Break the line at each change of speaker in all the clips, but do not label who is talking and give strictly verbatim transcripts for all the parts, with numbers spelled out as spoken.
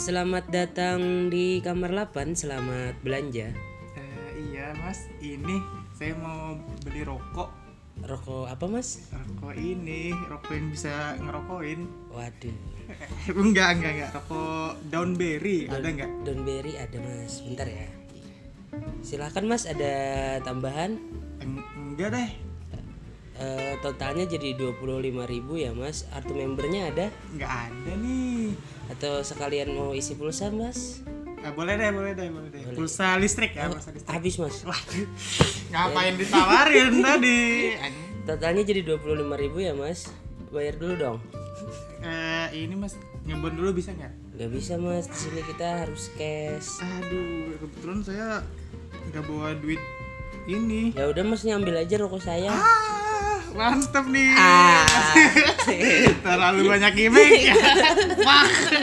Selamat datang di kamar delapan, selamat belanja.
Eh, iya mas, ini saya mau beli rokok.
Rokok apa mas?
Rokok ini, rokok yang bisa ngerokokin.
Waduh.
enggak, enggak, enggak. Rokok Dawnberry, ada enggak?
Dawnberry ada mas, bentar ya. Silahkan mas, ada tambahan?
En- enggak deh.
E, totalnya jadi dua puluh lima ribu ya mas. Kartu membernya ada?
Enggak ada nih.
Atau sekalian mau isi pulsa mas?
Eh, boleh deh, boleh deh, boleh deh.
Boleh.
Pulsa listrik ya,
Oh,
pulsa listrik.
habis mas.
Waduh, ngapain ditawarin tadi?
Totalnya jadi dua puluh lima ribu ya mas. Bayar dulu dong.
Eh, ini mas, ngebon dulu bisa nggak?
Gak bisa mas, di sini kita harus cash.
Aduh, kebetulan saya nggak bawa duit ini.
Ya udah mas, nyambil aja rokok saya.
Ah, mantep nih.
Ah.
Terlalu banyak gimmick ya. Wah.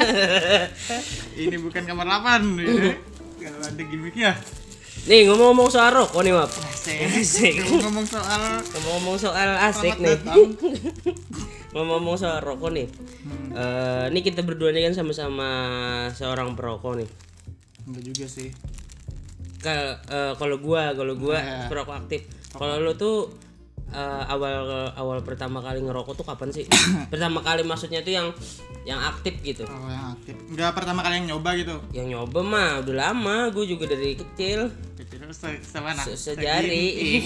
Ini bukan kamar delapan ya. Kalau ada gimmicknya.
Nih ngomong-ngomong soal rokok nih Map.
Asik. Ngomong soal
Ngomong-ngomong soal asik
selamat
nih.
datang.
Ngomong-ngomong soal rokok nih.
Hmm.
Eh, ini kita berdua nih kan sama-sama seorang perokok nih.
Enggak juga sih.
Ka- eh, Kalau gua, kalau gua
Nah.
perokok aktif. Kalau lu tuh eh, awal awal pertama kali ngerokok tuh kapan sih? Pertama kali maksudnya tuh yang yang aktif gitu.
Oh, yang aktif. Enggak pertama kali yang nyoba gitu.
Yang nyoba mah udah lama, gue juga dari kecil.
Kecil se semana?
Se- sejari.
Segini.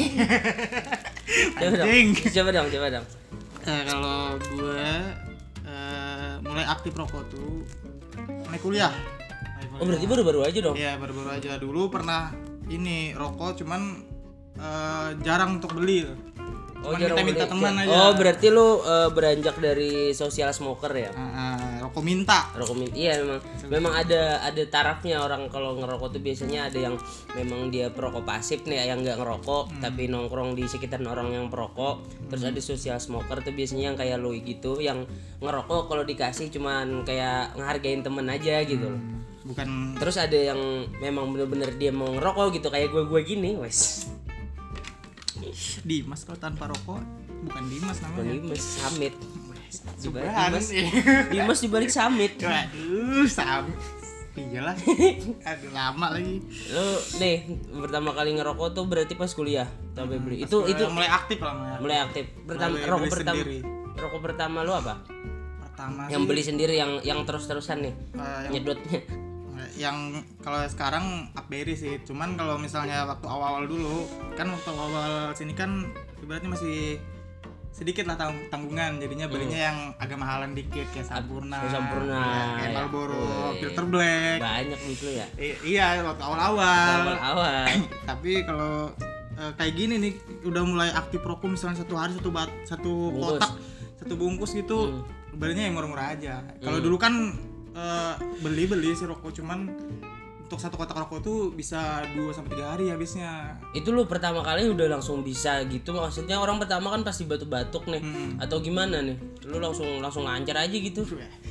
Coba dong,
Anjing.
coba dong, coba dong.
Eh, kalau gue eh, mulai aktif rokok tuh mulai kuliah. Mulai
Oh berarti
kuliah.
baru-baru aja dong.
Iya, baru-baru aja. Dulu pernah ini rokok cuman eh, jarang untuk beli.
Oh,
Cuman
jarang
minta-minta
beli.
teman aja.
Oh, berarti lu eh, beranjak dari social smoker ya?
Ah, ah, rokok minta.
Rokok min- iya memang memang ada ada tarafnya orang kalau ngerokok tuh biasanya ada yang memang dia perokok pasif nih yang nggak ngerokok tapi nongkrong di sekitar orang yang perokok. Terus ada social smoker tuh biasanya yang kayak lu gitu yang ngerokok kalau dikasih cuman kayak ngehargain temen aja gitu loh.
Bukan
Terus ada yang memang bener-bener dia mau ngerokok gitu kayak gue-gue gini, wes.
Dimas kalau tanpa rokok bukan Dimas namanya.
Dimas Samit. Dibalik
Subhan.
Dimas, Dimas dibalik Samit.
Waduh, sam. Iyalah. Aduh, lama lagi.
Lu nih pertama kali ngerokok tuh berarti pas kuliah sampai beli.
Pas
Itu
mulai-
itu
mulai aktif lah mulai.
mulai aktif. Pertama
Mulai
rokok
beli
pertama.
sendiri.
Rokok pertama lu apa?
Pertama
Yang
sih,
beli sendiri yang yang terus-terusan nih.
eh, yang
Nyedotnya.
yang kalau sekarang Blackberry sih, cuman kalau misalnya waktu awal-awal dulu kan waktu awal sini kan ibaratnya masih sedikit lah tang- tanggungan, jadinya belinya yang agak mahalan dikit kayak Sampurna,
kayak Sampurna,
ya, kayak
ya.
Marlboro,
Wih.
Filter Black.
Banyak duit lu ya.
I- iya waktu awal-awal.
Awal-awal.
Tapi kalau eh, kayak gini nih udah mulai aktif rokok misalnya satu hari satu bat satu
Bungkus.
kotak satu bungkus gitu, belinya yang murah-murah aja. Kalau dulu kan eh, beli-beli sih rokok, cuman untuk satu kotak rokok tuh bisa dua sampai tiga hari habisnya.
Itu lu pertama kali udah langsung bisa gitu, maksudnya orang pertama kan pasti batuk-batuk nih
Hmm.
atau gimana nih? Lu langsung langsung lancar aja gitu.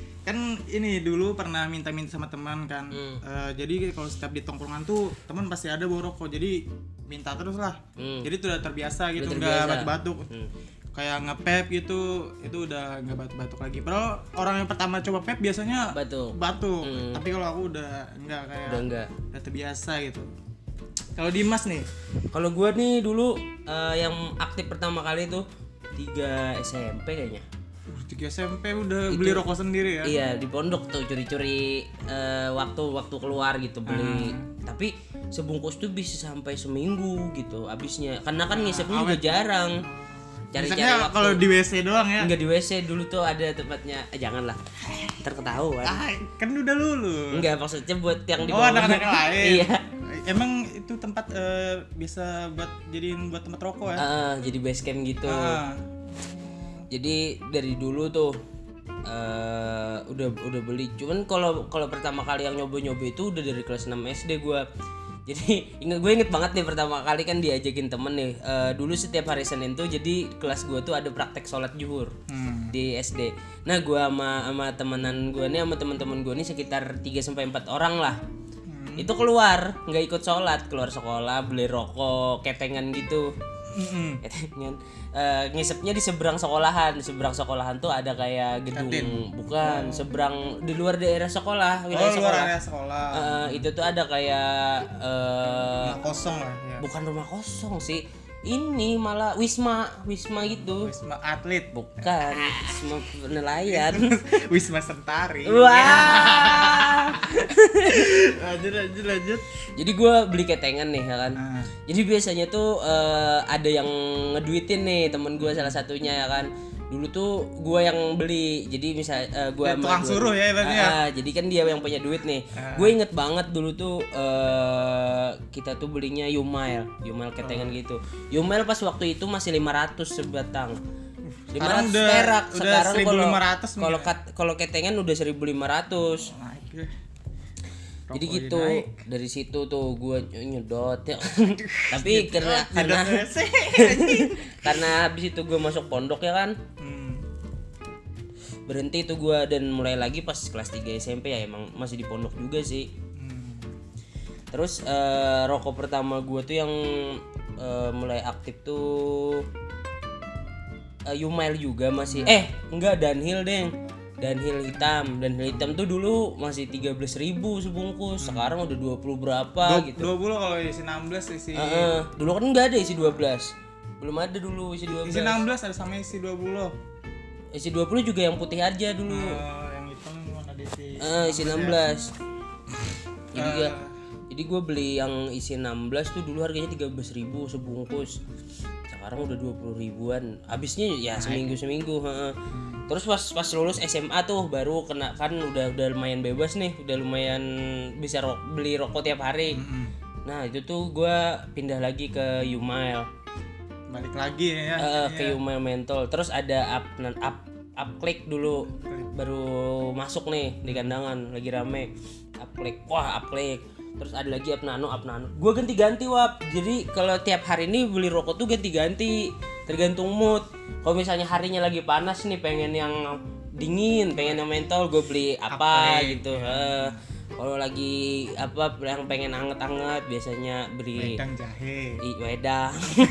Kan ini dulu pernah minta-minta sama teman kan.
Hmm.
Eh, jadi kalau setiap di tongkrongan tuh teman pasti ada bawa rokok, jadi minta terus lah.
Hmm.
Jadi tuh udah terbiasa gitu,
Udah
nggak
terbiasa.
batuk-batuk.
Hmm.
Kayak ngepep gitu, itu udah nggak batuk-batuk lagi. Padahal orang yang pertama coba pep biasanya
Batuk.
batuk.
Hmm.
Tapi kalau aku udah enggak, kayak
Udah enggak.
udah terbiasa gitu. Kalau Dimas nih,
Kalau gua nih dulu eh, yang aktif pertama kali tuh tiga S M P kayaknya.
uh, tiga S M P udah beli rokok sendiri ya.
Iya di pondok tuh curi-curi eh, waktu waktu keluar gitu beli.
Hmm.
Tapi sebungkus tuh bisa sampai seminggu gitu habisnya. Karena kan ngisepnya juga
awet.
jarang. Cari-cari
Misalnya
waktu.
kalau di W C doang ya.
Enggak di W C dulu tuh ada tempatnya. Eh, janganlah. Ntar ketahuan.
Ah, kan udah lulus.
Enggak maksudnya buat yang di
Oh,
bawah.
anak-anak yang lain.
Iya.
Emang itu tempat eh, bisa buat jadiin buat tempat rokok ya?
Ah, jadi base camp gitu.
Ah.
Jadi dari dulu tuh eh udah udah beli. Cuman kalau kalau pertama kali yang nyoba-nyoba itu udah dari kelas enam S D gua. Jadi inget gue inget banget nih pertama kali kan diajakin temen nih. Eh, dulu setiap hari Senin tuh jadi kelas gua tuh ada praktek sholat zuhur
Hmm.
di S D. Nah, gua sama sama temenan gua nih sama teman-teman gua nih sekitar tiga sampai empat orang lah. Itu keluar, nggak ikut sholat, keluar sekolah, beli rokok, ketengan gitu.
Mm-mm.
Ketengan Uh, ngisepnya di seberang sekolahan, di seberang sekolahan tuh ada kayak gedung,
kantin.
Bukan, seberang di luar daerah sekolah, wilayah
Oh,
sekolah.
luar area sekolah.
Uh, itu tuh ada kayak uh,
Rumah kosong lah ya.
bukan rumah kosong sih. Ini malah wisma, wisma gitu.
Wisma atlet.
Bukan, wisma nelayan.
Wisma Sentari.
Wah.
lanjut lanjut lanjut.
Jadi gue beli ketengan nih ya kan.
Ah.
Jadi biasanya tuh uh, ada yang ngeduitin nih temen gue salah satunya ya kan. Dulu tuh gue yang beli, jadi misal uh, gue
tukang suruh ya ibaratnya.
Uh, uh, jadi kan dia yang punya duit nih.
Uh.
Gue inget banget dulu tuh uh, kita tuh belinya Yumail, Yumail ketengan
Oh.
gitu. Yumail pas waktu itu masih lima ratus sebatang. lima ratus
udah-
perak.
udah
Sekarang
seribu
kalau
lima ratus nih
kalau
ya?
kat- kalau ketengan udah seribu lima ratus.
Naik deh.
Jadi
Rokok
gitu
naik.
dari situ tuh gue nyedot ya. Tapi karena karena
Nyedot sih.
karena habis itu gue masuk pondok ya kan,
Hmm.
berhenti tuh gue dan mulai lagi pas kelas tiga S M P ya, emang masih di pondok juga sih.
Hmm.
Terus eh, rokok pertama gue tuh yang eh, mulai aktif tuh eh, Yumail juga masih eh enggak Dunhill deng. Dunhill hitam, Dunhill hitam tuh dulu masih tiga belas ribu sebungkus, sekarang udah dua puluh berapa
Dua-
gitu.
dua puluh kalau isi enam belas isi
Heeh, dulu kan enggak ada isi dua belas. Belum ada dulu isi dua belas.
isi enam belas ada sama isi dua puluh.
Isi dua puluh juga yang putih aja dulu.
Oh, yang hitam mana ada isi.
Eh, isi enam belas. Jadi
Eh.
ya, jadi gue beli yang isi enam belas tuh dulu harganya tiga belas ribu sebungkus. Sekarang udah dua puluh ribuan. Habisnya ya seminggu-seminggu, heeh. Terus pas pas lulus S M A tuh baru kena kan udah udah lumayan bebas nih, udah lumayan bisa ro- beli rokok tiap hari.
Mm-mm.
Nah, itu tuh gue pindah lagi ke Yumail.
Balik lagi ya.
Eh, ke
Iya.
Yumail Mentol. Terus ada up up up click dulu baru masuk nih di kandangan lagi rame. Up click. Wah, up click. Terus ada lagi up nano, up nano. Gua ganti-ganti wap. Jadi kalau tiap hari ini beli rokok tuh ganti-ganti, tergantung mood. Kalau misalnya harinya lagi panas nih pengen yang dingin, pengen yang mentol, gue beli apa
Up-click.
gitu. Eh, kalau lagi apa yang pengen anget-anget biasanya beli
Wedang jahe.
I, wedang.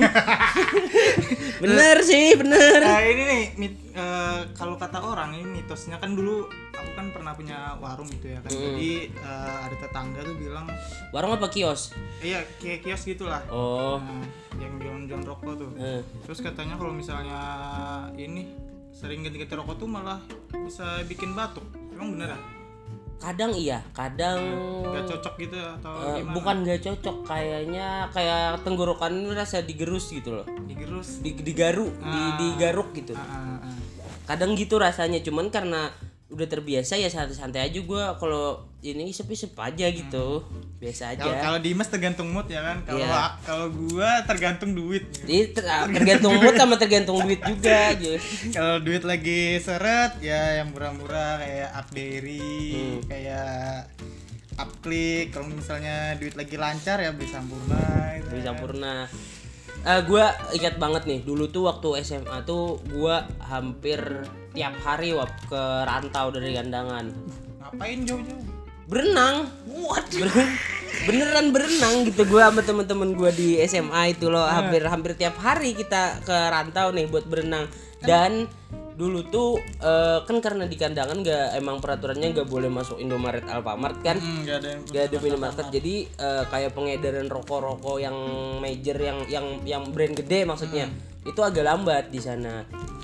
Bener sih, bener.
Nah, ini nih mit- eh, kalau kata orang ini mitosnya kan dulu aku kan pernah punya warung gitu ya kan. Jadi eh, ada tetangga tuh bilang,
Warung apa kios?
iya kayak kios gitulah.
Oh.
Nah, yang jualan-jualan rokok tuh.
Eh.
Terus katanya kalau misalnya ini sering ganti-ganti rokok tuh malah bisa bikin batuk. Emang bener ah?
Kadang iya, kadang
Gak cocok gitu atau
eh,
gimana?
bukan gak cocok, kayaknya kayak tenggorokan ini rasa digerus gitu loh.
Digerus.
Di, digaru, di,
Ah.
digaruk gitu.
Ah, ah, ah.
Kadang gitu rasanya, cuman karena udah terbiasa ya santai-santai aja gue kalau ini isep-isep aja gitu. Biasa
Kalau
aja.
kalau Dimas tergantung mood ya kan. Kalau
Iya.
kalau gua tergantung duit.
Jadi ter- tergantung mood sama tergantung duit juga aja.
Kalau duit lagi seret ya yang murah-murah kayak Upberry,
Hmm.
kayak Upclick. Kalau misalnya duit lagi lancar ya beli Sampurna gitu.
Beli
kan.
Sampurna. Eh gue ingat banget nih, dulu tuh waktu S M A tuh gue hampir tiap hari wap ke rantau dari kandangan.
Ngapain jauh-jauh?
Berenang. What? Beneran berenang gitu gue sama temen-temen gue di S M A itu loh, hampir hampir tiap hari kita ke rantau nih buat berenang. Dan dulu tuh eh, kan karena di kandangan nggak, emang peraturannya nggak boleh masuk Indomaret, Alfamart kan.
Hmm, gak ada yang
Gak ada minimarket, jadi eh, kayak pengedaran rokok-rokok yang major yang yang yang brand gede maksudnya itu agak lambat di sana.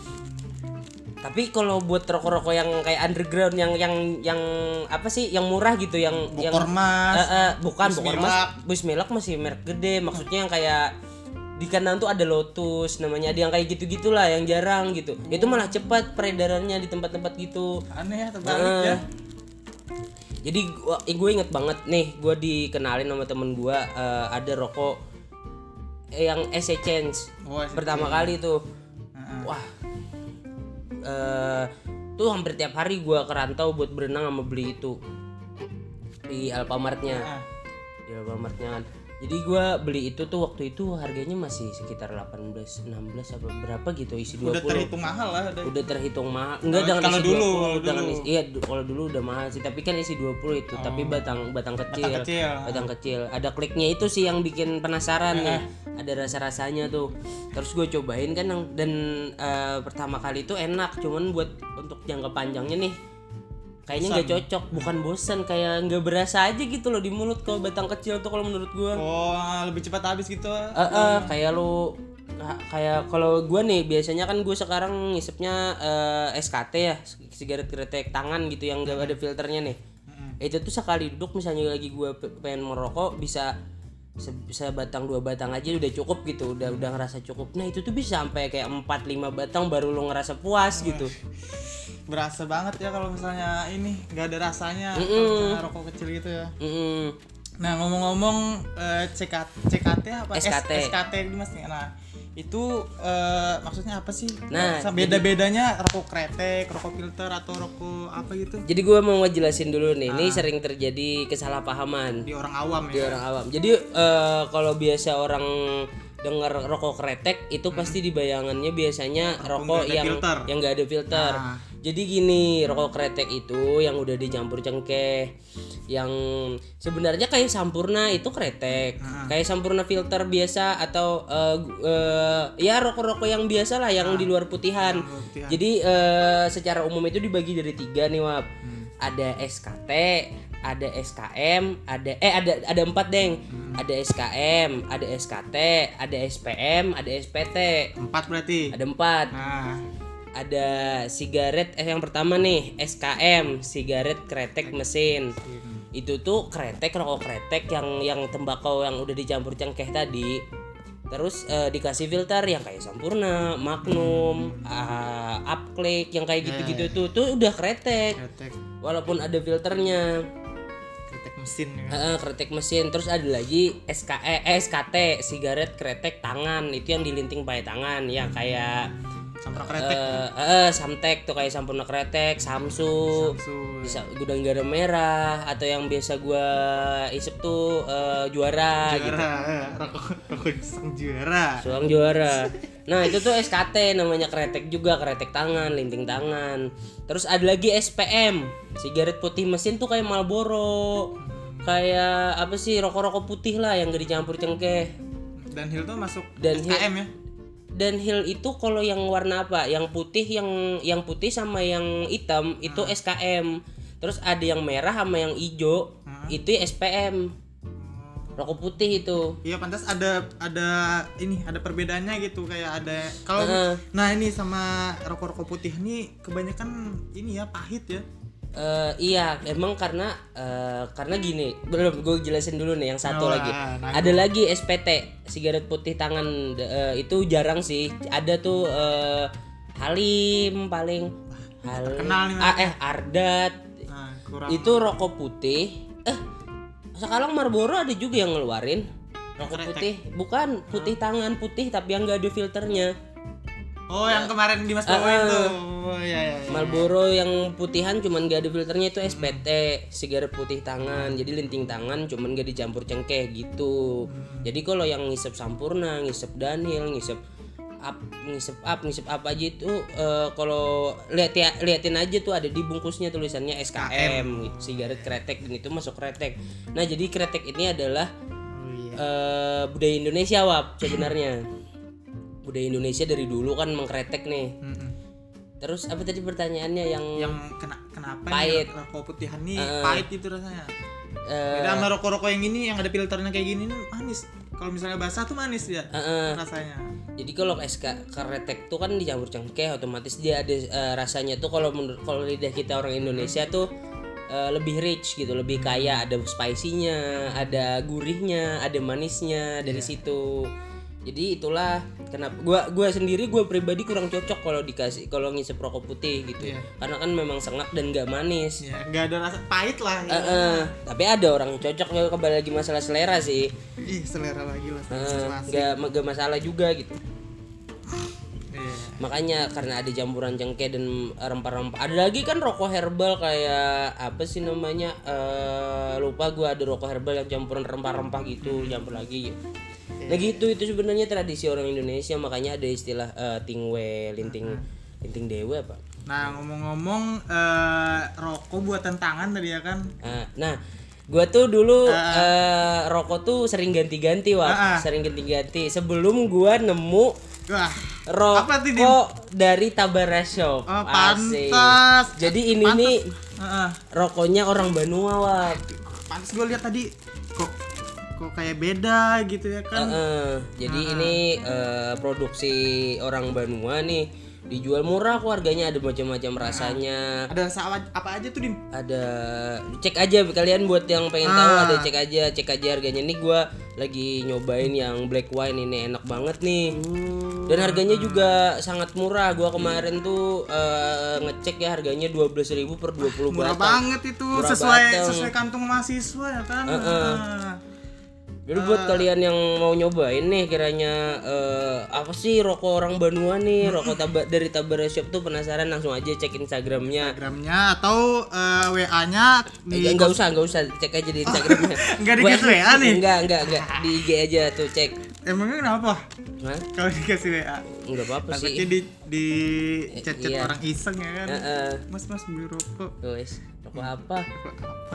Tapi kalau buat rokok-rokok yang kayak underground yang yang yang apa sih yang murah gitu yang yang
Bokormas,
eh, eh, bukan
Bismillah.
Bokormas, Bismillah masih merek gede, maksudnya yang kayak di kanan tuh ada Lotus namanya, ada yang kayak gitu-gitulah yang jarang gitu. Itu malah cepat peredarannya di tempat-tempat gitu.
aneh ya terbalik
Heeh.
ya.
Jadi gua, eh, gue inget banget nih, gue dikenalin sama temen gue eh, ada rokok eh, yang S C Change
Oh, S C
pertama
Change.
kali tuh.
Heeh.
Wah, eh, tuh hampir tiap hari gue kerantau buat berenang sama beli itu di Alfamartnya,
Heeh.
di Alfamartnya kan. Jadi gue beli itu tuh waktu itu harganya masih sekitar delapan belas enam belas apa berapa gitu, isi dua puluh.
Udah terhitung mahal lah. Udah,
udah terhitung mahal. Enggak, jangan
kalau
isi
dulu,
dua puluh,
kalau
jangan
dulu.
isi, iya kalau dulu udah mahal sih, tapi kan isi dua puluh itu, oh. Tapi batang batang kecil.
Batang kecil.
Batang kecil. Ada kliknya itu sih yang bikin penasaran nih. Ada rasa-rasanya tuh. Terus gue cobain kan dan uh, pertama kali itu enak, cuman buat untuk jangka panjangnya nih kayaknya nggak cocok, bukan bosan, kayak nggak berasa aja gitu loh di mulut kalau batang kecil tuh kalau menurut gua.
Oh, lebih cepat habis gitu.
Eh, uh, uh, kayak lu kayak kalau gua nih biasanya kan gua sekarang ngisepnya uh, S K T ya, sigaret kretek tangan gitu yang nggak ada filternya nih. Hmm. Itu tuh sekali duduk misalnya lagi gua pengen merokok bisa sebatang dua batang aja udah cukup gitu, udah udah ngerasa cukup. Nah itu tuh bisa sampai kayak empat lima batang baru lo ngerasa puas gitu.
Berasa banget ya kalau misalnya ini nggak ada rasanya, mm-mm. Kalau misalnya rokok kecil gitu ya. Mm-mm. Nah ngomong-ngomong uh, C K T apa
S K T
S K T ini mas nih, nah itu uh, maksudnya apa sih?
Nah
beda-bedanya jadi, rokok kretek, rokok filter atau rokok apa gitu?
Jadi gue mau ngejelasin dulu nih, ah. Ini sering terjadi kesalahpahaman
di orang awam
di
ya. Di
orang awam. Jadi uh, kalau biasa orang dengar rokok kretek itu hmm. pasti dibayangannya biasanya rokok yang filter. yang nggak ada filter. Nah. Jadi gini, rokok kretek itu yang udah dicampur cengkeh, yang sebenarnya kayak Sampurna itu kretek, nah. Kayak Sampurna filter biasa atau uh, uh, ya rokok-rokok yang biasa lah yang nah. di luar putihan. Nah, putihan. Jadi uh, secara umum itu dibagi dari tiga nih Wap. Hmm. Ada S K T, ada S K M, ada eh ada ada empat deng. Hmm. Ada S K M, ada S K T, ada S P M, ada S P T.
Empat berarti.
Ada empat.
Nah.
Ada sigaret eh yang pertama nih S K M, sigaret kretek mesin. Hmm. Itu tuh kretek, rokok kretek yang yang tembakau yang udah dicampur cengkeh tadi. Terus uh, dikasih filter yang kayak Sampurna, Magnum, uh, Upclick yang kayak gitu-gitu yeah. tuh tuh udah kretek. kretek. Walaupun ada filternya.
Kretek mesin ya.
Uh, kretek mesin. Terus ada lagi S K E, eh, S K T, sigaret kretek tangan. Itu yang dilinting pakai tangan yang kayak
Sampurna kretek.
Uh, uh, Samtek tuh kayak Sampurna kretek, Samsu,
Samsu
bisa ya. Gudang garam merah atau yang biasa gua isep tuh uh, juara,
juara
gitu.
Ya. Rokok rokok sang juara.
Suang juara. Nah, itu tuh S K T namanya kretek juga, kretek tangan, linting tangan. Terus ada lagi S P M, sigaret putih mesin tuh kayak Marlboro. Hmm. Kayak apa sih rokok-rokok putih lah yang gak dicampur cengkeh.
Dunhill tuh masuk
Dunhill,
S K M ya.
Dunhill itu kalau yang warna apa? Yang putih, yang yang putih sama yang hitam hmm. itu S K M. Terus ada yang merah sama yang hijau, hmm. itu S P M. Rokok putih itu.
Iya, pantas ada ada ini, ada perbedaannya gitu kayak ada kalau uh. nah ini sama rokok-rokok putih ini kebanyakan ini ya pahit ya.
Uh, iya, emang karena uh, karena gini, belum gue jelasin dulu nih yang satu oh, lagi. Nah, ada lagi S P T, sigaret putih tangan uh, itu jarang sih. Ada tuh uh, Halim paling Halim,
terkenal nih.
Ah, eh Ardat. Nah, itu rokok putih. Eh, sekarang Marlboro ada juga yang ngeluarin rokok putih, bukan putih tangan putih tapi yang enggak ada filternya.
Oh, yang kemarin di Mas Bawa uh, itu. Oh iya iya.
Marlboro yang putihan cuman gak ada filternya itu S P T, hmm. sigaret putih tangan. Jadi linting tangan cuman gak dicampur cengkeh gitu. Hmm. Jadi kalau yang ngisep Sampurna, ngisep Dunhill, ngisep up, ngisep up, ngisep apa aja itu uh, kalau lihat ya, liatin aja tuh ada di bungkusnya tulisannya S K M, gitu, sigaret kretek, dan itu masuk kretek. Nah, jadi kretek ini adalah oh, iya. uh, budaya Indonesia Wap sebenarnya. Budaya Indonesia dari dulu kan mengkretek nih. Mm-hmm. Terus apa tadi pertanyaannya yang
yang kena, kenapa
pahit.
Nih, rokok putihan nih uh, pahit itu rasanya.
Uh,
Beda sama rokok-rokok yang ini yang ada filternya kayak gini manis. Kalau misalnya basah tuh manis ya uh, uh. rasanya.
Jadi kalau S K kretek tuh kan dicampur cengkeh, otomatis dia ada uh, rasanya tuh kalau menurut kalau lidah kita orang Indonesia tuh uh, lebih rich gitu, lebih kaya, ada spicy-nya, ada gurihnya, ada manisnya dari yeah. situ. Jadi itulah kenapa gua gua sendiri gua pribadi kurang cocok kalau dikasih kalau ngisep rokok putih gitu. Yeah. Karena kan memang sengak dan enggak manis.
Yeah, enggak ada rasa pahit lah.
Uh, uh, tapi ada orang cocok, kembali lagi masalah selera sih.
Ih, selera lagi lah.
Enggak uh, enggak masalah juga gitu.
Yeah.
makanya karena ada campuran cengkeh dan rempah-rempah. Ada lagi kan rokok herbal kayak apa sih namanya? Uh, lupa gua, ada rokok herbal yang campuran rempah-rempah gitu, campur lagi. Nah gitu, itu sebenarnya tradisi orang Indonesia, makanya ada istilah uh, tingwe, linting linting dewe apa.
Nah ngomong-ngomong uh, rokok buatan tangan tadi ya kan.
Uh, nah gua tuh dulu uh, uh, rokok tuh sering ganti-ganti wah, uh, uh. sering ganti-ganti sebelum gua nemu
wah,
rokok dari Tabara Shop.
Oh, pantas.
Jadi ini pantas. Nih uh-uh. rokoknya orang Banua wah.
Pantas gue lihat tadi kok kok kayak beda gitu ya kan.
Uh-uh. Jadi uh-uh. ini uh, produksi orang Banua nih. Dijual murah kok, harganya ada macam-macam rasanya.
Ada apa aja tuh Dim?
Ada, cek aja kalian buat yang pengen ah. tahu, ada cek aja, cek aja harganya. Nih gua lagi nyobain yang black wine ini, enak banget nih. Hmm. Dan harganya juga sangat murah. Gua kemarin tuh uh, ngecek ya harganya dua belas ribu per dua puluh
murah
batang.
Banget itu, murah sesuai batang. Sesuai kantong mahasiswa ya kan. Uh-uh.
Jadi buat uh, kalian yang mau nyobain nih kiranya uh, apa sih rokok orang Banua nih, rokok taba, dari Tabara Shop tuh penasaran, langsung aja cek Instagramnya.
Instagramnya atau uh, W A-nya
di eh, enggak usah, enggak usah cek aja di Instagramnya.
Enggak dikasih W A nih?
Enggak, enggak, enggak. Di I G aja tuh cek.
Emangnya kenapa? Hah? Kalau dikasih W A?
Enggak apa-apa sih.
Takutnya di di chat-chat iya. orang iseng ya kan.
Uh-uh.
Mas, mas beli rokok.
Guys, rokok apa?
Rokok apa?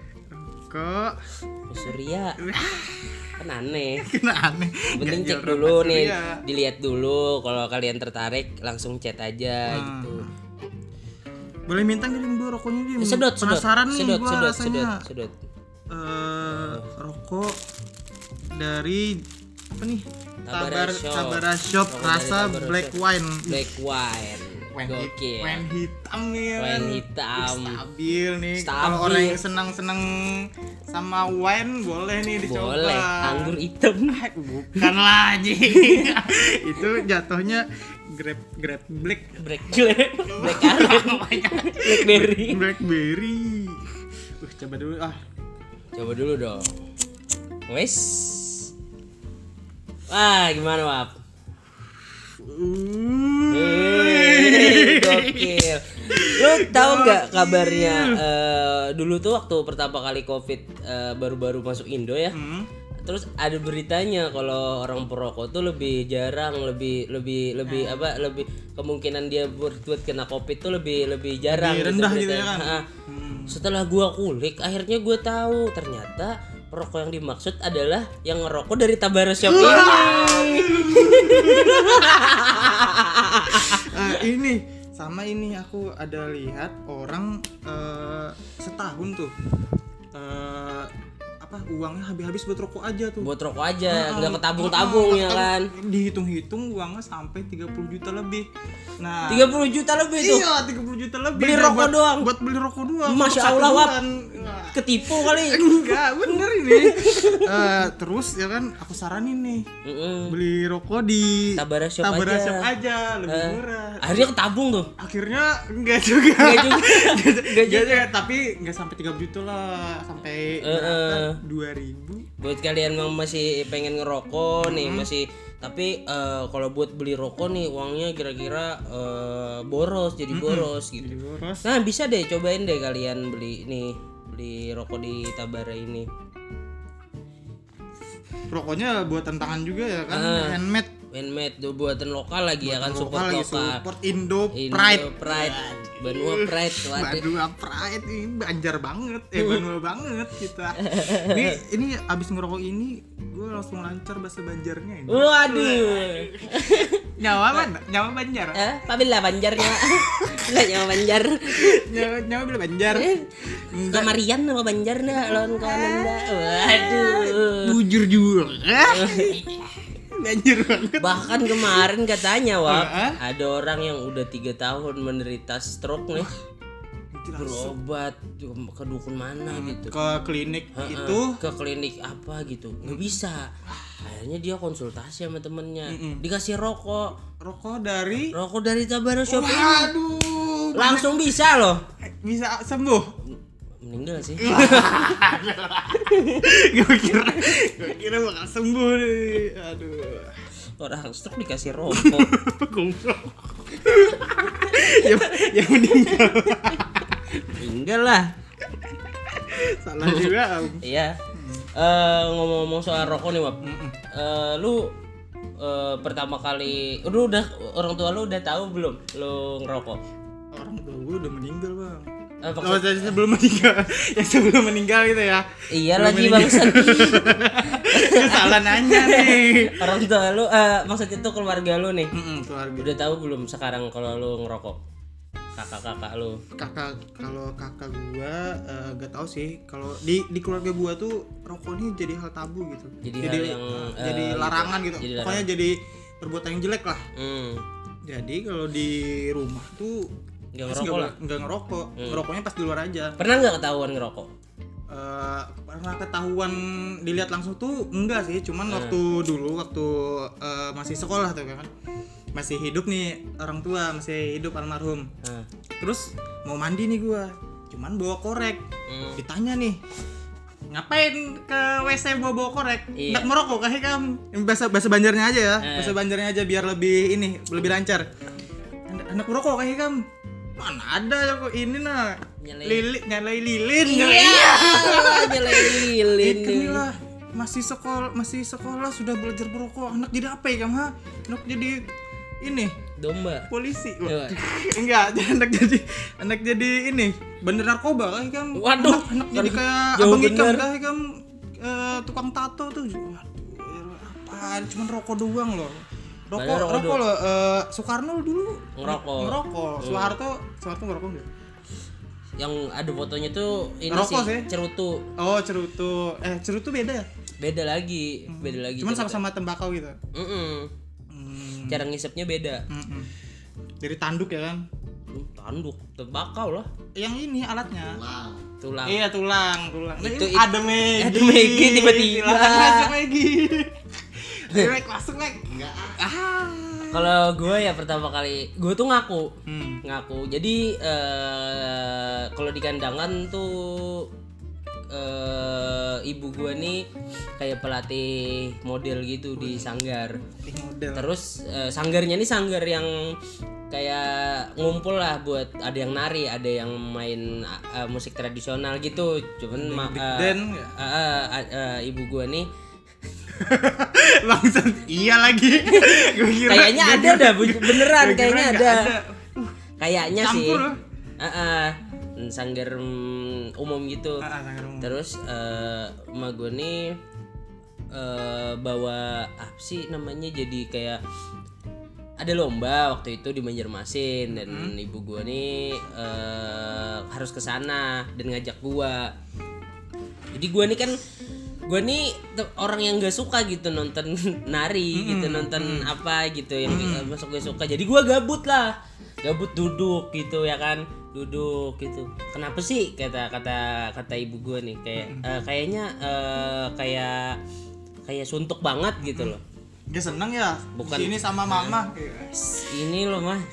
Rokok
Surya. Kan aneh.
Kan aneh.
Penting cek dulu nih, dilihat dulu, kalau kalian tertarik langsung chat aja hmm. gitu.
Boleh minta ngirim dua rokoknya Dim?
Sedot,
penasaran
sedot,
nih
sedot,
gua
sedot,
rasanya.
Sedot, sedot.
Uh, rokok dari apa nih?
Tabara Shop,
Tabara Shop rasa Tabara black Shop. Wine.
Black wine.
Wine, hit, wine hitam nih kan.
Wine hitam.
Stabil nih. Kalau orang yang senang-senang sama wine boleh nih dicoba.
Boleh. Anggur hitam.
Bukan lagi. Itu jatuhnya grape grape black.
Black black. Black blackberry.
Blackberry. Uh, coba dulu ah.
Coba dulu dong. Wes. Wah, gimana, Wap? Hei, gokil. Lu tahu nggak kabarnya uh, dulu tuh waktu pertama kali Covid uh, baru-baru masuk Indo ya. Hmm. Terus ada beritanya kalau orang perokok tuh lebih jarang, lebih lebih lebih hmm. apa? Lebih kemungkinan dia buat kena Covid tuh lebih lebih jarang.
Lebih rendah gitu, gitu ya kan.
Nah, hmm. Setelah gua kulik, akhirnya gua tahu ternyata perokok yang dimaksud adalah yang ngerokok dari Tabara Shop ini.
uh, ini sama ini aku ada lihat orang uh, setahun tuh uh, apa uangnya habis-habis buat rokok aja tuh.
Buat rokok aja, nggak nah, ketabung-tabung ya kan.
Dihitung-hitung uangnya sampai tiga puluh juta lebih. Nah,
tiga puluh juta lebih tuh.
Iya, tiga puluh juta lebih.
Beli rokok
buat,
doang.
Buat beli rokok doang.
Masya Allah, Wap. Ketipu kali.
Enggak, bener ini. uh, terus ya kan aku saranin nih. Mm-mm. Beli rokok di
Tabara Shop
Tabara
aja.
Shop aja, lebih uh, murah.
Akhirnya ketabung tuh.
Akhirnya enggak juga.
Enggak juga.
Enggak juga, tapi enggak sampai tiga puluh juta lah, sampai uh, berapa? dua ribu.
Buat kalian yang masih pengen ngerokok hmm. nih, masih tapi uh, kalau buat beli rokok nih uangnya kira-kira uh, boros, jadi hmm. boros gitu.
Jadi boros.
Nah, bisa deh cobain deh kalian beli nih, beli rokok di Tabara ini.
Rokoknya buatan tangan juga ya kan, uh, handmade.
Handmade tuh buatan lokal lagi buatan ya kan, support
lokal.
lokal.
Support Indo Pride.
Indo Pride. Banua Pride.
Banua Pride ini Banjar banget. Eh Banua banget kita. Ini ini abis ngerokok ini gue langsung lancar bahasa Banjarnya ini.
Waduh.
Nyawa mana? Nyawa Banjar.
Eh, pabila Banjarnya. Enggak nyawa Banjar.
Nyawa nyawa bila Banjar.
Kamarian nama Banjar dah lawan kanan dah. Waduh.
Bujur juga. Banjir banget.
Bahkan kemarin katanya Wap, uh, ada orang yang udah tiga tahun menderita stroke nih. Berobat ke dukun mana hmm, gitu.
Ke klinik uh, itu.
Ke klinik apa gitu. Nggak bisa. Akhirnya dia konsultasi sama temennya. Mm-mm. Dikasih rokok.
Rokok dari?
Rokok dari Tabara Shop.
Waduh.
Langsung mana? Bisa loh.
Bisa sembuh.
Meninggal sih.
Gue kira, gue kira bakal sembuh nih. Aduh.
Orang stroke dikasih rokok.
ya, ya meninggal.
Meninggal lah.
Salah juga.
Iya. Eh, ngomong-ngomong soal rokok nih, Wap. Eh, lu eh, pertama kali lu udah orang tua lu udah tahu belum lu ngerokok?
Orang tua gue udah meninggal, Bang.
Eh,
Oh, jadi sebelum meninggal. Ya sebelum meninggal gitu ya.
Iya
Belum
lagi
meninggal.
bangsat.
Lu salah nanya nih.
Orang tua lu eh, maksudnya tuh keluarga lu nih.
Mm-mm, keluarga.
Udah tahu belum sekarang kalau lu ngerokok? Kakak-kakak lu.
Kakak kalau kakak gua eh, gak tahu sih. Kalau di di keluarga gua tuh rokok ini jadi hal tabu gitu.
Jadi hal yang,
eh,
eh,
jadi
gitu.
larangan gitu.
Jadi
Pokoknya
larangan.
jadi perbuatan yang jelek lah.
Hmm.
Jadi kalau di rumah tuh
Nggak
pasti
ngerokok
nggak
lah.
boleh- nggak ngerokok. Ngerokoknya pas di luar aja.
Pernah nggak ketahuan ngerokok?
Eh, pernah ketahuan dilihat langsung tuh enggak sih, cuman
Hmm.
waktu dulu waktu eh, masih sekolah tuh kan. Masih hidup nih orang tua, masih hidup almarhum.
Nah.
Terus mau mandi nih gua, cuman bawa korek.
Hmm.
Ditanya nih, ngapain ke W C bawa bawa korek?
Iya.
Nggak merokok kah kamu? Bahasa bahasa Banjarnya aja ya,
Eh.
bahasa Banjarnya aja biar lebih ini, lebih lancar. Anak, anak merokok kah kamu? Mana ada ya kok ini nah,
Nyalain.
lilin, nyalai lilin.
Iya. Nyalain lilin.
Inilah masih sekolah, masih sekolah sudah belajar merokok. Anak jadi apa ya kamu? Ha? Anak jadi ini
Domba.
polisi.
Iya.
Enggak, anak jadi anak jadi ini bandar narkoba kah kamu?
Waduh.
Anak, anak jadi kayak
Jauh
abang Ikam
bener.
kah kamu? Eh, tukang tato tuh. Waduh, apaan? Cuman rokok doang loh. Rokok,
Banyak rokok
rokok loh. Eh, Soekarno dulu
Ngerokok.
Ngerokok. Soeharto, Soeharto ngerokok enggak?
Yang ada fotonya tuh ini
Ngerokok
sih,
sih.
cerutu.
Oh, cerutu. Eh, cerutu beda ya?
Beda lagi, beda lagi.
Cuman
cerutu.
sama-sama tembakau gitu.
Mm-mm.
Hmm.
Cara ngisepnya beda.
Mm-mm. Dari tanduk ya kan?
Hmm, Tanduk, tembakau lah.
Yang ini alatnya.
Tulang.
Iya tulang, tulang. Nah,
Itu-
ini ada Megi.
ada Megi tiba-tiba.
Silakan masuk Megi. Mek masuk Mek. Enggak. Ah.
Kalau gue ya pertama kali, gue tuh ngaku,
Hmm.
ngaku. Jadi eh, kalau di kandangan tuh eh, ibu gue nih kayak pelatih model gitu di sanggar.
Ih, model.
Terus eh, sanggarnya nih sanggar yang kayak ngumpul lah buat ada yang nari, ada yang main eh, musik tradisional gitu. Cuman ma-
big
eh,
band nggak?
eh, eh, eh, ibu gue nih
Langsung iya lagi. Gua kira
kayaknya
gua
ada
kira-
dah bu- beneran
gua kira
kayaknya
nggak
ada.
Uh,
Kayaknya sih.
Campur loh.
Heeh. Sanggar mm, umum gitu.
ah, ah, sanggar umum.
Terus eh emak gue nih eh bawa apa sih namanya, jadi kayak ada lomba waktu itu di Banjarmasin dan ibu gue nih eh harus ke sana dan ngajak gue. Jadi gue nih kan gue nih te- orang yang gak suka gitu nonton nari gitu, nonton apa gitu yang gak masuk gue suka. Jadi gue gabut lah, gabut duduk gitu ya kan, duduk gitu. Kenapa sih kata kata kata ibu gue nih kayak eh, kayaknya eh, kayak kayak suntuk banget gitu loh.
Dia seneng ya.
Bukan.
Sini sama mama.
Ini loh mah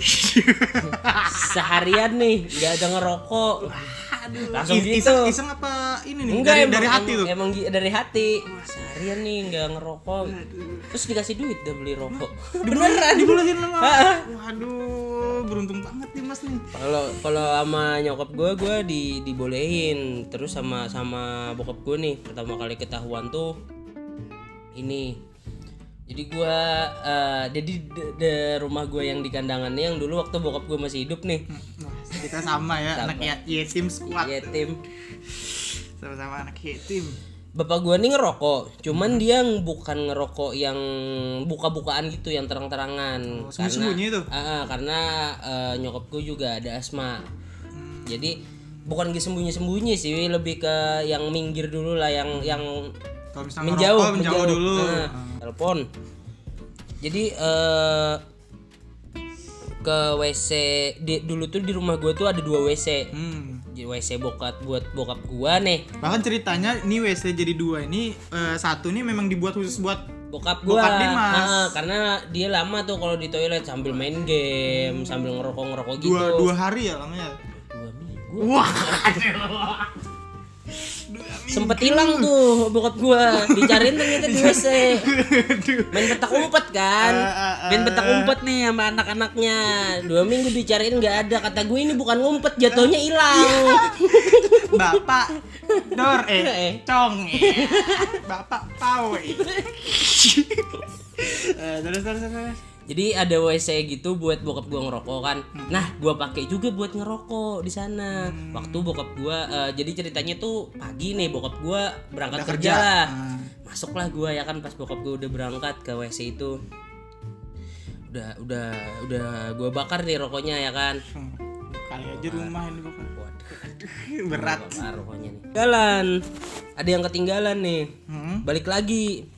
seharian nih nggak ada ngerokok. Langsung
Is-
gitu.
Iseng, iseng apa ini nih?
Enggak,
dari,
emang,
dari hati
emang,
tuh.
emang gi- dari hati. Seharian nih nggak ngerokok. Terus dikasih duit dah beli rokok. Beneran
Dibolehin sama.
Ha-ha.
Waduh, beruntung banget nih Mas nih.
Kalau kalau sama nyokap gue gue di dibolehin. Terus sama sama bokap gue nih pertama kali ketahuan tuh ini. Jadi gue eh, jadi de- de- rumah gue yang di kandangannya yang dulu waktu bokap gue masih hidup nih.
Wah, kita sama ya,
Sama.
anak ya yatim squad.
Yatim.
Sama-sama anak yatim.
Bapak gue nih ngerokok, cuman dia ng- bukan ngerokok yang buka-bukaan gitu, yang terang-terangan.
Oh, sembunyi-sembunyi
karena,
tuh?
Ah, ah, karena eh, nyokap gue juga ada asma.
Hmm.
Jadi bukan sembunyi-sembunyi sih, lebih ke yang minggir dulu lah, yang yang
Kalau misalnya
menjauh,
ngerokok, menjauh dulu.
Nah, telepon. Jadi eh ke W C di, dulu tuh di rumah gue tuh ada dua W C.
Hmm.
Di W C bokap buat bokap gua nih.
Bahkan ceritanya ini W C jadi dua ini eh, satu nih memang dibuat khusus buat
Bokap gua.
Bokap Dimas.
Ah, karena dia lama tuh kalau di toilet sambil main game, sambil ngerokok-ngerokok gitu.
dua dua hari ya lamanya.
Dua minggu.
Wah.
Sempet hilang tuh bokap gua, dicariin ternyata di W C. Main petak umpet kan, main petak umpet nih sama anak-anaknya. Dua minggu dicariin nggak ada, kata gue ini bukan ngumpet, jatuhnya hilang.
Bapak Dor eh cong eh. Bapak tahu eh. Eh, terus terus terus.
Jadi ada W C gitu buat bokap gua ngerokok kan. Hmm. Nah, gua pakai juga buat ngerokok di sana. Hmm. Waktu bokap gua uh, jadi ceritanya tuh pagi nih bokap gua berangkat udah kerja, kerja lah. Hmm. Masuklah gua ya kan pas bokap gua udah berangkat ke W C itu. Udah udah udah gua bakar nih rokoknya ya kan.
Hmm. Kali aja rumah ini bakar. Waduh. Berat
bakar rokoknya nih. Jalan. Ada yang ketinggalan nih. Hmm. Balik lagi.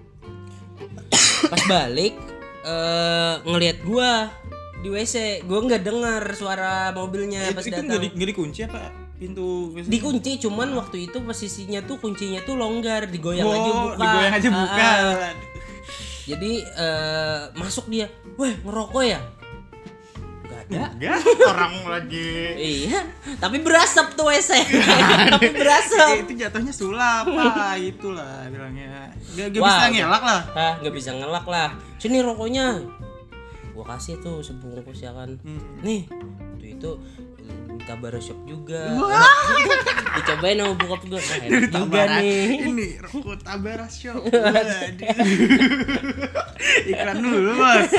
Pas balik Uh, ngelihat gua di W C, gua nggak dengar suara mobilnya. It, pas datang. Itu
nggak di, nggak dikunci apa pintu W C?
Dikunci, cuman ah. waktu itu posisinya tuh kuncinya tuh longgar, digoyang
oh,
aja buka.
Digoyang aja buka. Uh, uh.
Jadi uh, masuk dia, weh ngerokok ya? Gak ada.
Enggak, orang lagi.
Iya, tapi berasap tuh W C. Tapi berasap.
Itu jatuhnya sulap, apa itulah bilangnya. Gak, gak wow, bisa ngelak lah.
Hah, gak bisa ngelak lah. Sini rokoknya. Gua kasih tuh sebungkus ya kan. Hmm. Nih, tuh itu Tabara Shop juga. Dicobain sama bokap gua. Nah, enak juga nih.
Ini rokok Tabara Shop. Iklan dulu, Bos.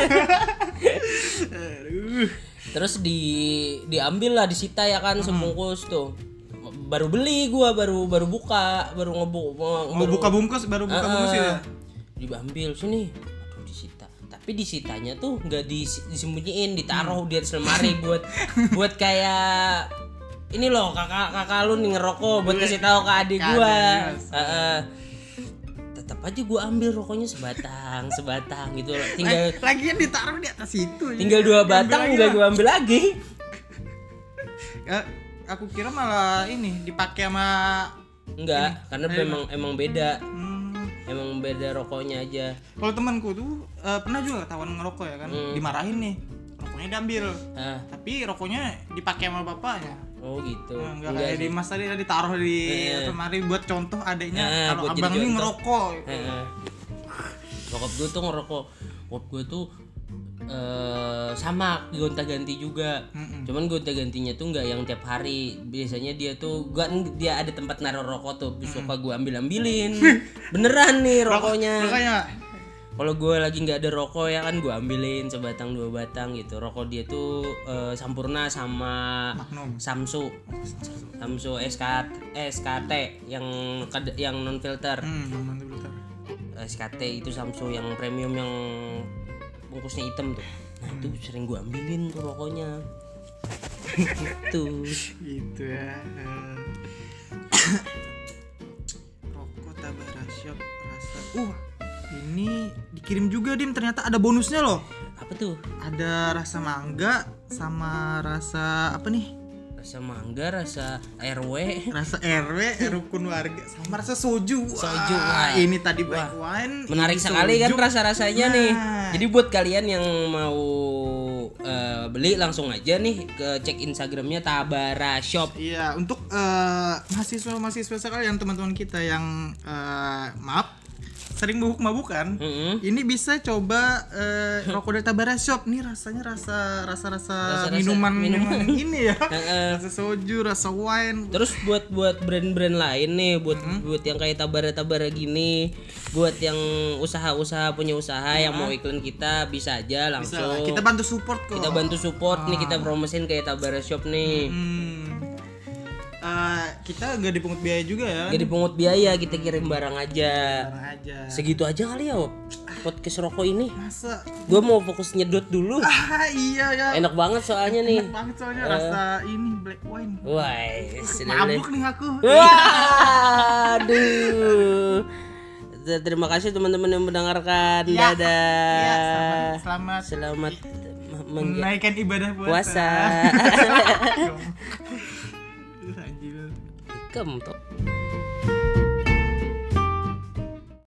Aduh.
Terus di diambil lah, disita ya kan hmm. sebungkus tuh. Baru beli gua, baru baru buka, baru ngebuk
mau baru, buka bungkus, baru buka uh, bungkus ya.
Diambil sini. Aduh disita. Tapi disitanya tuh enggak dis, disembunyiin, ditaruh hmm. di atas lemari buat buat kayak ini loh kakak-kakak lu nih ngerokok buat kasih tahu ke adik gua. Heeh. Tetap aja gua ambil rokoknya sebatang, sebatang gitu loh. Tinggal
lagian ditaruh di atas itu.
Tinggal dua batang enggak gua ambil lagi.
Ya, aku kira malah ini dipakai sama
enggak,
ini.
Karena
Ayo.
memang emang beda.
Hmm.
Emang beda rokoknya aja.
Kalau temanku tuh uh, pernah juga ketahuan ngerokok ya kan, hmm. dimarahin nih. Rokoknya diambil. Ah. Tapi rokoknya dipakai sama bapaknya.
Oh gitu.
Nah, enggak kayak di Mas tadi ditaruh di eh. lemari buat contoh adiknya eh, kalau abang ini ngerokok gitu.
Eh. Bokap gue tuh ngerokok. Bokap gue tuh Uh, sama gonta-ganti juga. Mm-mm. Cuman gonta-gantinya tuh nggak yang tiap hari. Biasanya dia tuh gua dia ada tempat naruh rokok tuh, suka gua ambil-ambilin. Beneran nih rokoknya.
Rokoknya.
Kalau gua lagi nggak ada rokok ya kan gua ambilin sebatang dua batang gitu. Rokok dia tuh uh, Sampurna sama
Magnum.
Samsu. Samsu S K S K T yang yang non filter.
Hmm, non filter.
S K T itu Samsu yang premium yang bungkusnya hitam tuh. Nah, hmm. itu sering gua ambilin tuh rokoknya. Gitu.
Gitu ya. Rokok Tabara Shop rasa. Uh, ini dikirim juga Dim, ternyata ada bonusnya loh.
Apa tuh?
Ada rasa mangga sama rasa apa nih?
Rasa mangga, rasa R W,
rasa R W, rukun warga, sama rasa soju.
Soju.
Wah, ini tadi black wine.
Menarik sekali soju. Kan rasa-rasanya nah. nih. Jadi buat kalian yang mau uh, beli langsung aja nih ke cek Instagramnya Tabara Shop.
Iya, untuk uh, mahasiswa-mahasiswa sekalian, teman-teman kita yang uh, maaf sering mabuk-mabukan, mm-hmm. ini bisa coba uh, rokok dari Tabara Shop. Nih rasanya rasa rasa-rasa minuman minuman ini ya. Rasa soju, rasa wine.
Terus buat buat brand-brand lain nih, buat mm-hmm. buat yang kayak Tabara-Tabara gini, buat yang usaha-usaha punya usaha mm-hmm. yang mau iklan kita bisa aja langsung. Bisa.
Kita bantu support kok.
Kita bantu support ah. nih, kita promosin kayak Tabara Shop nih.
Mm-hmm. Uh, kita gak dipungut biaya juga ya.
Gak dipungut biaya, kita kirim barang aja.
Barang aja.
Segitu aja kali ya podcast rokok ini.
Masa?
Gue mau fokus nyedot dulu.
Ah iya ya.
Enak banget soalnya nih.
Enak banget soalnya uh. rasa ini black wine.
Wah,
mabuk nih aku.
Waduh. Terima kasih teman-teman yang mendengarkan. Ya. Dadah.
Ya, selamat.
Selamat.
Selamat menaikkan ibadah puasa.
Puasa. Kem toh.